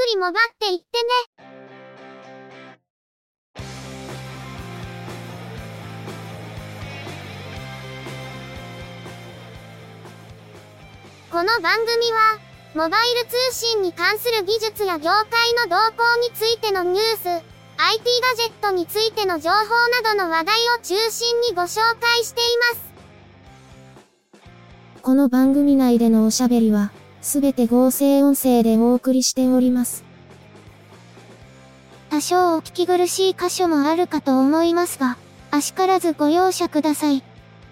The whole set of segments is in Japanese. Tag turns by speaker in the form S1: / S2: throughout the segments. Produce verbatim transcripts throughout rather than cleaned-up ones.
S1: りもばっていってね。この番組は、モバイル通信に関する技術や業界の動向についてのニュース、アイティー ガジェットについての情報などの話題を中心にご紹介しています。
S2: この番組内でのおしゃべりは、すべて合成音声でお送りしております。
S1: 多少お聞き苦しい箇所もあるかと思いますが、あしからずご容赦ください。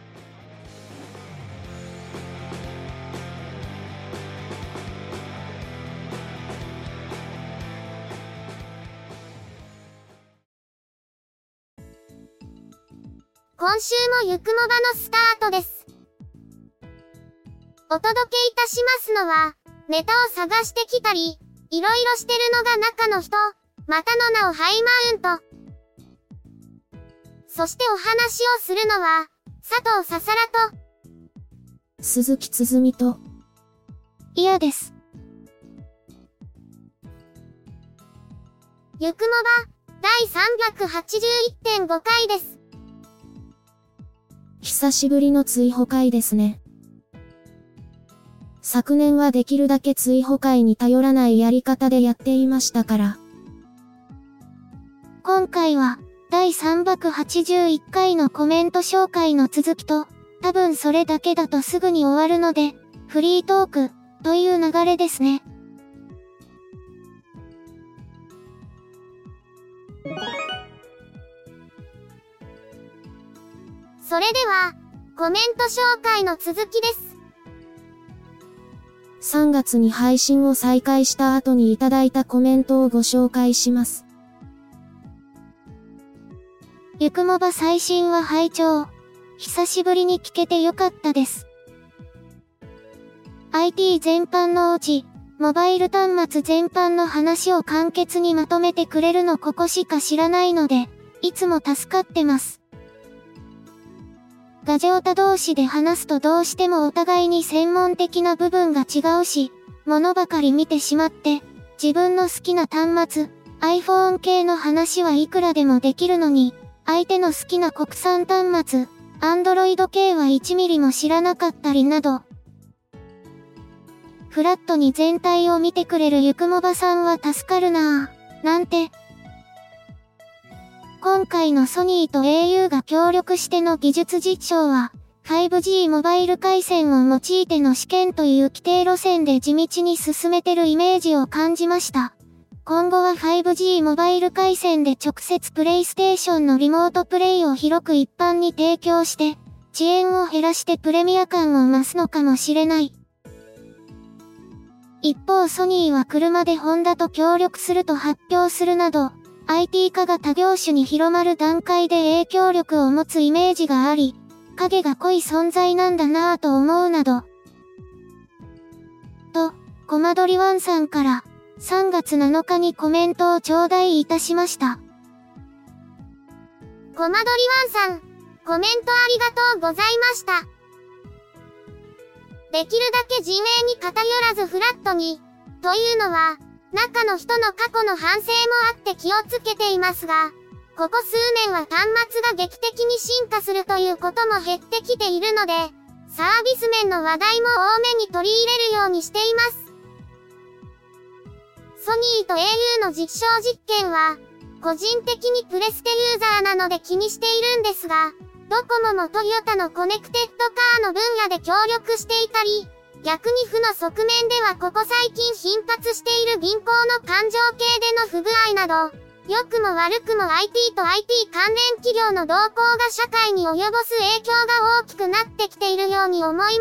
S1: 今週もゆくもばのスタートです。お届けいたしますのは、ネタを探してきたり、いろいろしてるのが中の人、またの名をハイマウント。そしてお話をするのは、佐藤ささらと、
S2: 鈴木つづみと、
S1: いやです。ゆくもば、だいさんびゃくはちじゅういってんごかいです。
S2: 久しぶりの追放会ですね。昨年はできるだけ追放会に頼らないやり方でやっていましたから。
S1: 今回は、だいさんびゃくはちじゅういっかいのコメント紹介の続きと、多分それだけだとすぐに終わるので、フリートーク、という流れですね。それでは、コメント紹介の続きです。
S2: さんがつに配信を再開した後にいただいたコメントをご紹介します。
S1: ゆくもば最新は拝聴。久しぶりに聞けてよかったです。アイティー 全般のうち、モバイル端末全般の話を簡潔にまとめてくれるのここしか知らないので、いつも助かってます。ガジオタ同士で話すとどうしてもお互いに専門的な部分が違うし、ものばかり見てしまって、自分の好きな端末、iPhone 系の話はいくらでもできるのに、相手の好きな国産端末、Android 系はいちミリも知らなかったりなど、フラットに全体を見てくれるゆくもばさんは助かるなぁ、なんて。今回のソニーと エーユー が協力しての技術実証は、ファイブジー モバイル回線を用いての試験という規定路線で地道に進めてるイメージを感じました。今後は ファイブジー モバイル回線で直接プレイステーションのリモートプレイを広く一般に提供して、遅延を減らしてプレミア感を増すのかもしれない。一方ソニーは車でホンダと協力すると発表するなど、アイティー 化が他業種に広まる段階で影響力を持つイメージがあり、影が濃い存在なんだなぁと思うなど。と、コマドリワンさんからさんがつなのかにコメントを頂戴いたしました。コマドリワンさん、コメントありがとうございました。できるだけ人名に偏らずフラットに、というのは、中の人の過去の反省もあって気をつけていますが、ここ数年は端末が劇的に進化するということも減ってきているので、サービス面の話題も多めに取り入れるようにしています。ソニーと エーユー の実証実験は、個人的にプレステユーザーなので気にしているんですが、ドコモもトヨタのコネクテッドカーの分野で協力していたり、逆に負の側面ではここ最近頻発している銀行の勘定系での不具合など、良くも悪くも アイティー と アイティー 関連企業の動向が社会に及ぼす影響が大きくなってきているように思います。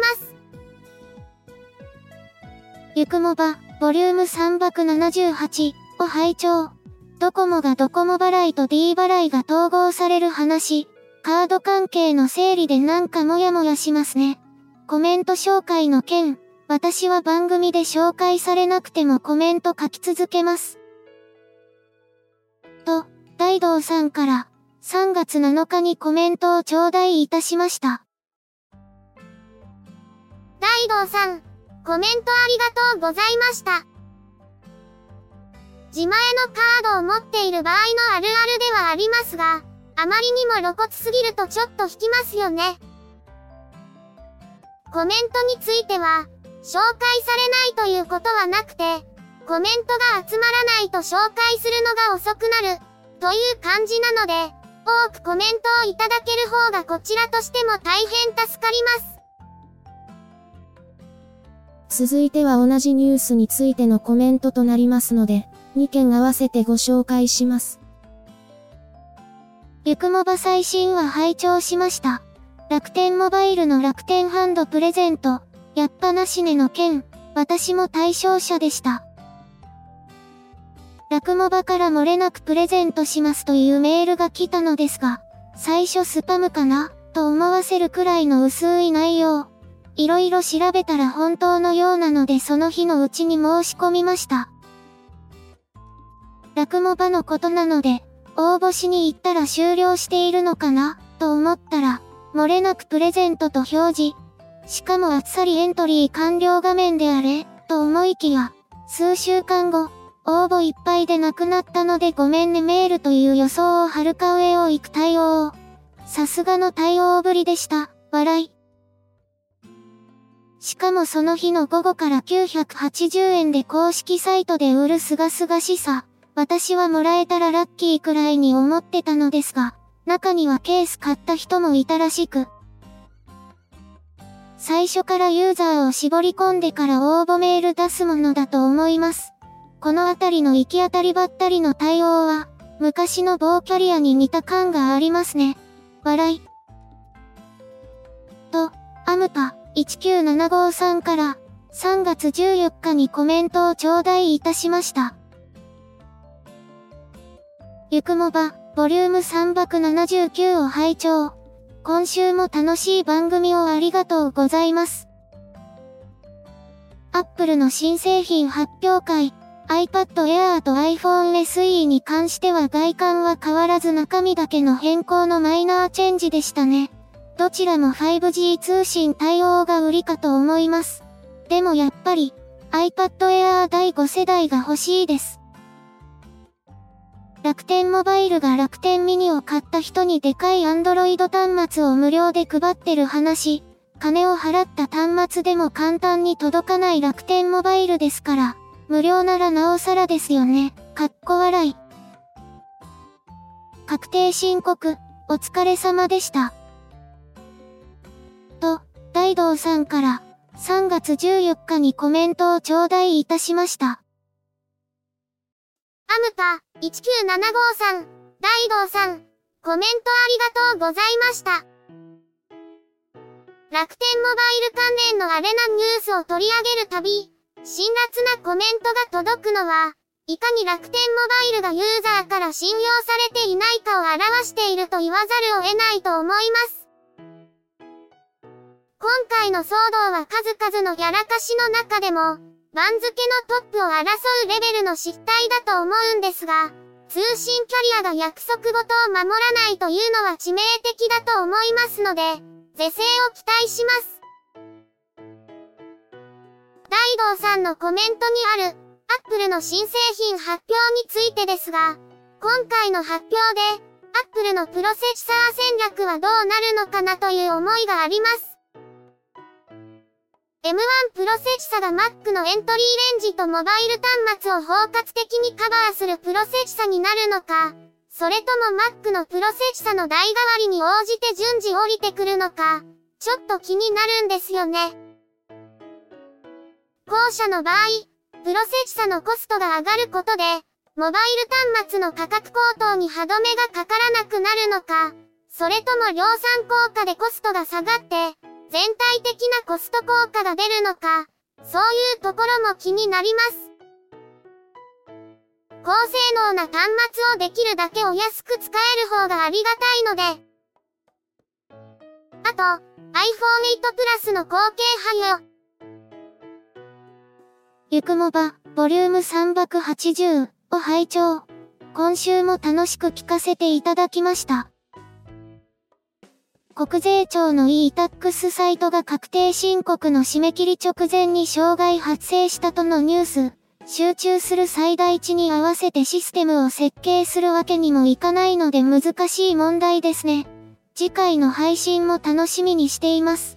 S1: ゆくもば、ボリュームさんびゃくななじゅうはちを拝聴。ドコモがドコモ払いと D 払いが統合される話、カード関係の整理でなんかモヤモヤしますね。コメント紹介の件、私は番組で紹介されなくてもコメント書き続けます。と、大道さんからさんがつなのかにコメントを頂戴いたしました。大道さん、コメントありがとうございました。 自前のカードを持っている場合のあるあるではありますが、あまりにも露骨すぎるとちょっと引きますよね。コメントについては、紹介されないということはなくて、コメントが集まらないと紹介するのが遅くなる、という感じなので、多くコメントをいただける方がこちらとしても大変助かります。
S2: 続いては同じニュースについてのコメントとなりますので、にけん合わせてご紹介します。
S3: ゆくもば最新話拝聴しました。楽天モバイルの楽天ハンドプレゼント、やっぱなしねの件、私も対象者でした。楽モバから漏れなくプレゼントしますというメールが来たのですが、最初スパムかなと思わせるくらいの薄い内容。いろいろ調べたら本当のようなのでその日のうちに申し込みました。楽モバのことなので、応募しに行ったら終了しているのかなと思ったら、漏れなくプレゼントと表示。しかもあっさりエントリー完了画面であれ、と思いきや、数週間後、応募いっぱいでなくなったのでごめんねメールという予想をはるか上を行く対応。さすがの対応ぶりでした。笑い。しかもその日の午後からきゅうひゃくはちじゅうえんで公式サイトで売るすがすがしさ。私はもらえたらラッキーくらいに思ってたのですが、中にはケース買った人もいたらしく。最初からユーザーを絞り込んでから応募メール出すものだと思います。このあたりの行き当たりばったりの対応は、昔の某キャリアに似た感がありますね。笑い。と、アムパいちきゅうななごさんからさんがつじゅうよっかにコメントを頂戴いたしました。ゆくもば、ボリュームさんびゃくななじゅうきゅうを拝聴。今週も楽しい番組をありがとうございます。アップルの新製品発表会、iPad Air と iPhone エスイー に関しては外観は変わらず中身だけの変更のマイナーチェンジでしたね。どちらも ファイブジー 通信対応が売りかと思います。でもやっぱり iPad Air だいご世代が欲しいです。楽天モバイルが楽天ミニを買った人にでかい Android 端末を無料で配ってる話。金を払った端末でも簡単に届かない楽天モバイルですから、無料ならなおさらですよね。かっこ笑い。確定申告、お疲れ様でした。と、大道さんからさんがつじゅうよっかにコメントを頂戴いたしました。
S1: アムパいちきゅうななごさん、大道さん、コメントありがとうございました。楽天モバイル関連のアレなニュースを取り上げるたび、辛辣なコメントが届くのは、いかに楽天モバイルがユーザーから信用されていないかを表していると言わざるを得ないと思います。今回の騒動は数々のやらかしの中でも、番付のトップを争うレベルの失態だと思うんですが、通信キャリアが約束事を守らないというのは致命的だと思いますので、是正を期待します。大道さんのコメントにある、アップルの新製品発表についてですが、今回の発表で、アップルのプロセッサー戦略はどうなるのかなという思いがあります。エムワン プロセッサが Mac のエントリーレンジとモバイル端末を包括的にカバーするプロセッサになるのか、それとも Mac のプロセッサの代替わりに応じて順次降りてくるのか、ちょっと気になるんですよね。後者の場合、プロセッサのコストが上がることで、モバイル端末の価格高騰に歯止めがかからなくなるのか、それとも量産効果でコストが下がって、全体的なコスト効果が出るのか、そういうところも気になります。高性能な端末をできるだけお安く使える方がありがたいので。あと、アイフォンエイト プラスの後継版よ。
S3: ゆくもば、ボリュームさんびゃくはちじゅうを拝聴。今週も楽しく聞かせていただきました。国税庁の e-タックス サイトが確定申告の締め切り直前に障害発生したとのニュース、 集中する最大値に合わせてシステムを設計するわけにもいかないので難しい問題ですね。次回の配信も楽しみにしています。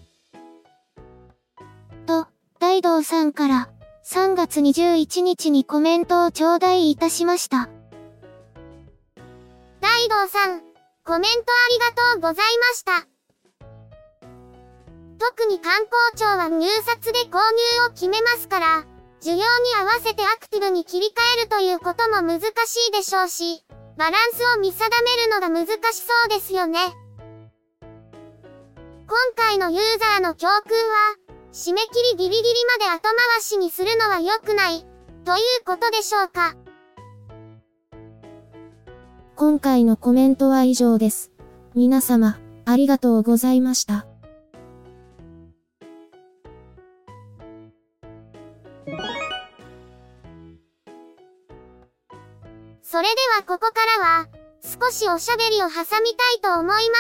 S3: と、大道さんからさんがつにじゅういちにちにコメントを頂戴いたしました。
S1: 大道さん、コメントありがとうございました。特に観光庁は入札で購入を決めますから、需要に合わせてアクティブに切り替えるということも難しいでしょうし、バランスを見定めるのが難しそうですよね。今回のユーザーの教訓は、締め切りギリギリまで後回しにするのは良くない、ということでしょうか。
S2: 今回のコメントは以上です。皆様、ありがとうございました。
S1: それではここからは、少しおしゃべりを挟みたいと思います。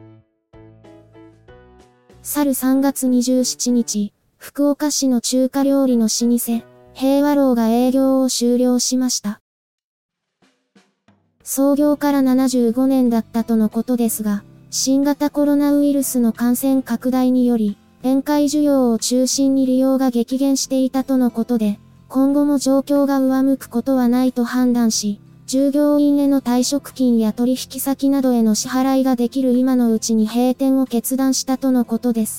S2: 去るさんがつにじゅうしちにち、福岡市の中華料理の老舗、平和楼が営業を終了しました。創業からななじゅうごねんだったとのことですが、新型コロナウイルスの感染拡大により、宴会需要を中心に利用が激減していたとのことで、今後も状況が上向くことはないと判断し、従業員への退職金や取引先などへの支払いができる今のうちに閉店を決断したとのことです。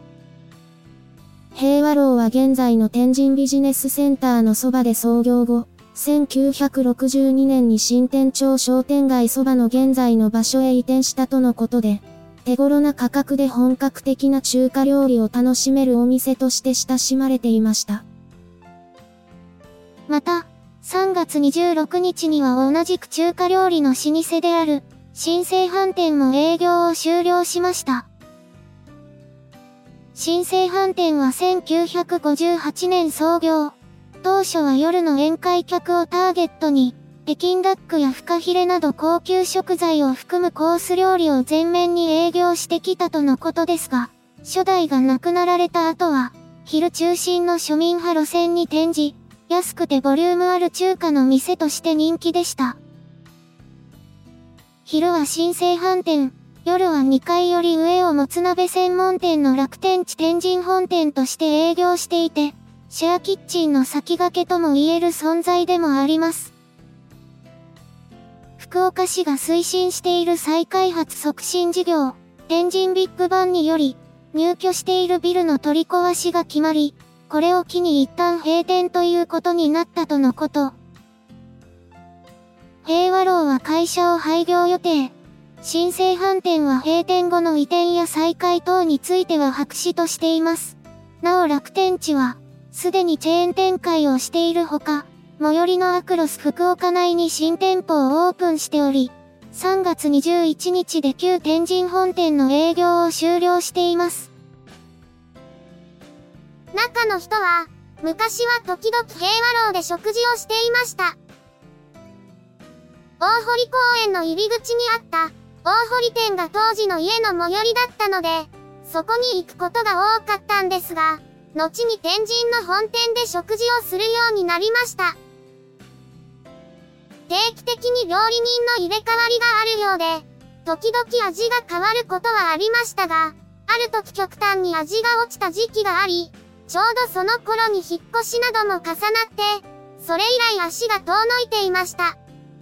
S2: 平和楼は現在の天神ビジネスセンターのそばで創業後、せんきゅうひゃくろくじゅうにねんに新店町商店街そばの現在の場所へ移転したとのことで、手頃な価格で本格的な中華料理を楽しめるお店として親しまれていました。
S3: また、さんがつにじゅうろくにちには同じく中華料理の老舗である、新生飯店も営業を終了しました。新生飯店はせんきゅうひゃくごじゅうはちねん創業。当初は夜の宴会客をターゲットに、北京ダックやフカヒレなど高級食材を含むコース料理を全面に営業してきたとのことですが、初代が亡くなられた後は、昼中心の庶民派路線に転じ、安くてボリュームある中華の店として人気でした。昼は新生飯店、夜はにかいより上をもつ鍋専門店の楽天地天神本店として営業していて、シェアキッチンの先駆けとも言える存在でもあります。福岡市が推進している再開発促進事業、天神ビッグバンにより、入居しているビルの取り壊しが決まり、これを機に一旦閉店ということになったとのこと。平和楼は会社を廃業予定。新生飯店は閉店後の移転や再開等については白紙としています。なお楽天地は、すでにチェーン展開をしているほか、最寄りのアクロス福岡内に新店舗をオープンしており、さんがつにじゅういちにちで旧天神本店の営業を終了しています。
S1: 中の人は、昔は時々平和楼で食事をしていました。大堀公園の入り口にあった大堀店が当時の家の最寄りだったので、そこに行くことが多かったんですが、後に天神の本店で食事をするようになりました。定期的に料理人の入れ替わりがあるようで、時々味が変わることはありましたが、ある時極端に味が落ちた時期があり、ちょうどその頃に引っ越しなども重なって、それ以来足が遠のいていました。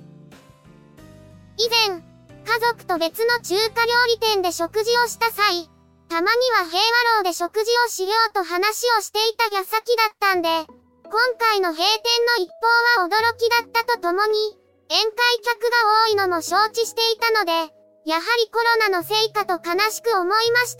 S1: 以前、家族と別の中華料理店で食事をした際、たまには平和楼で食事をしようと話をしていた矢先だったんで、今回の閉店の一報は驚きだったとともに、宴会客が多いのも承知していたので、やはりコロナのせいかと悲しく思いました。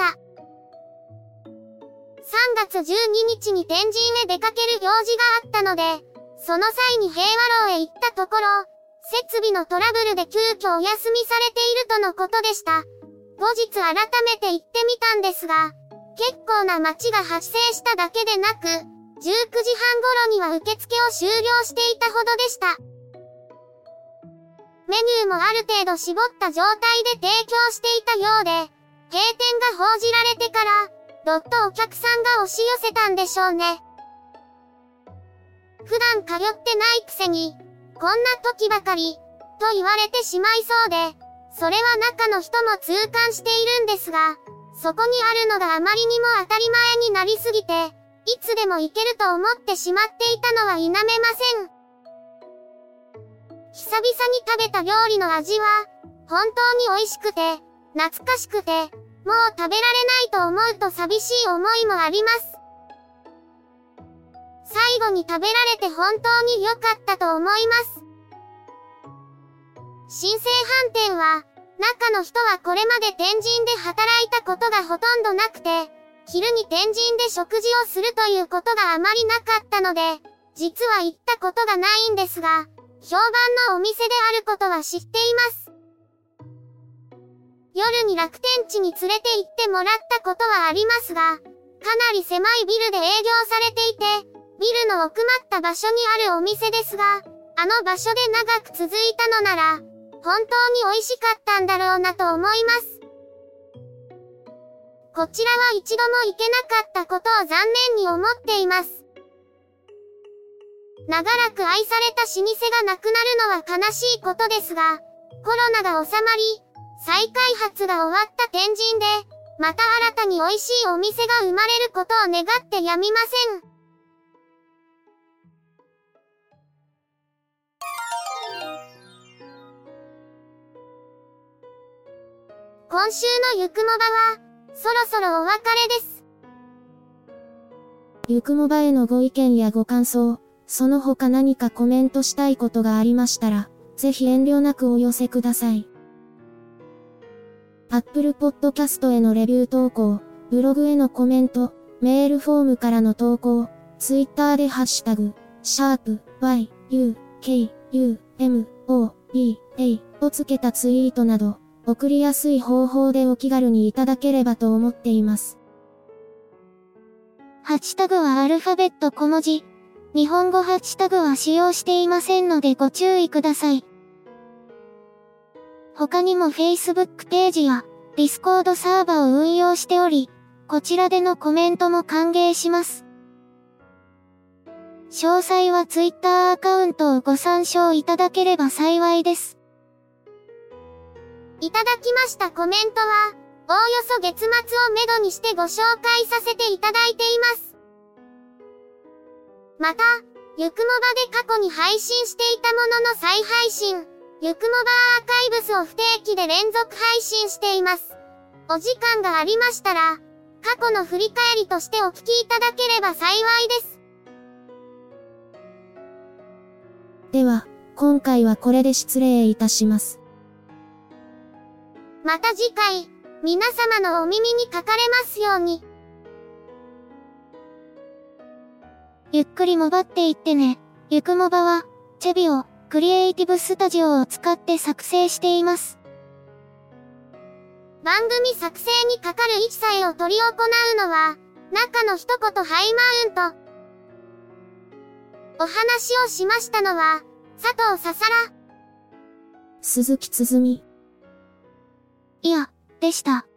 S1: さんがつじゅうににちに天神へ出かける用事があったので、その際に平和楼へ行ったところ、設備のトラブルで急遽お休みされているとのことでした。後日改めて行ってみたんですが、結構な待ちが発生しただけでなく、じゅうくじはん頃には受付を終了していたほどでした。メニューもある程度絞った状態で提供していたようで、閉店が報じられてから、どっとお客さんが押し寄せたんでしょうね。 普段通ってないくせに、こんな時ばかり、と言われてしまいそうで、それは中の人も痛感しているんですが、そこにあるのがあまりにも当たり前になりすぎて、いつでも行けると思ってしまっていたのは否めません。久々に食べた料理の味は、本当に美味しくて、懐かしくて、もう食べられないと思うと寂しい思いもあります。最後に食べられて本当に良かったと思います。新生飯店は、中の人はこれまで天神で働いたことがほとんどなくて、昼に天神で食事をするということがあまりなかったので、実は行ったことがないんですが、評判のお店であることは知っています。夜に楽天地に連れて行ってもらったことはありますが、かなり狭いビルで営業されていて、ビルの奥まった場所にあるお店ですが、あの場所で長く続いたのなら、本当に美味しかったんだろうなと思います。こちらは一度も行けなかったことを残念に思っています。長らく愛された老舗がなくなるのは悲しいことですが、コロナが収まり、再開発が終わった天神で、また新たに美味しいお店が生まれることを願ってやみません。今週のゆくもばは、そろそろお別れです。
S2: ゆくもばへのご意見やご感想、その他何かコメントしたいことがありましたら、ぜひ遠慮なくお寄せください。Apple Podcast へのレビュー投稿、ブログへのコメント、メールフォームからの投稿、Twitter でハッシュタグ、シャープ y, u, k, u, m, o, b, a をつけたツイートなど、送りやすい方法でお気軽にいただければと思っています。
S3: ハッシュタグはアルファベット小文字。日本語ハッシュタグは使用していませんのでご注意ください。他にも Facebook ページや Discord サーバを運用しており、こちらでのコメントも歓迎します。詳細は Twitter アカウントをご参照いただければ幸いです。
S1: いただきましたコメントは、おおよそ月末をめどにしてご紹介させていただいています。また、ゆくもばで過去に配信していたものの再配信、ゆくもばアーカイブスを不定期で連続配信しています。お時間がありましたら、過去の振り返りとしてお聞きいただければ幸いです。
S2: では、今回はこれで失礼いたします。
S1: また次回、皆様のお耳にかかれますように。
S3: ゆっくりもばっていってね。ゆくもばは、チェビオ、クリエイティブスタジオを使って作成しています。
S1: 番組作成にかかる一切を執り行うのは、中の一言ハイマウント。お話をしましたのは、佐藤ささら、
S2: 鈴木つづみ、
S3: いや、でした。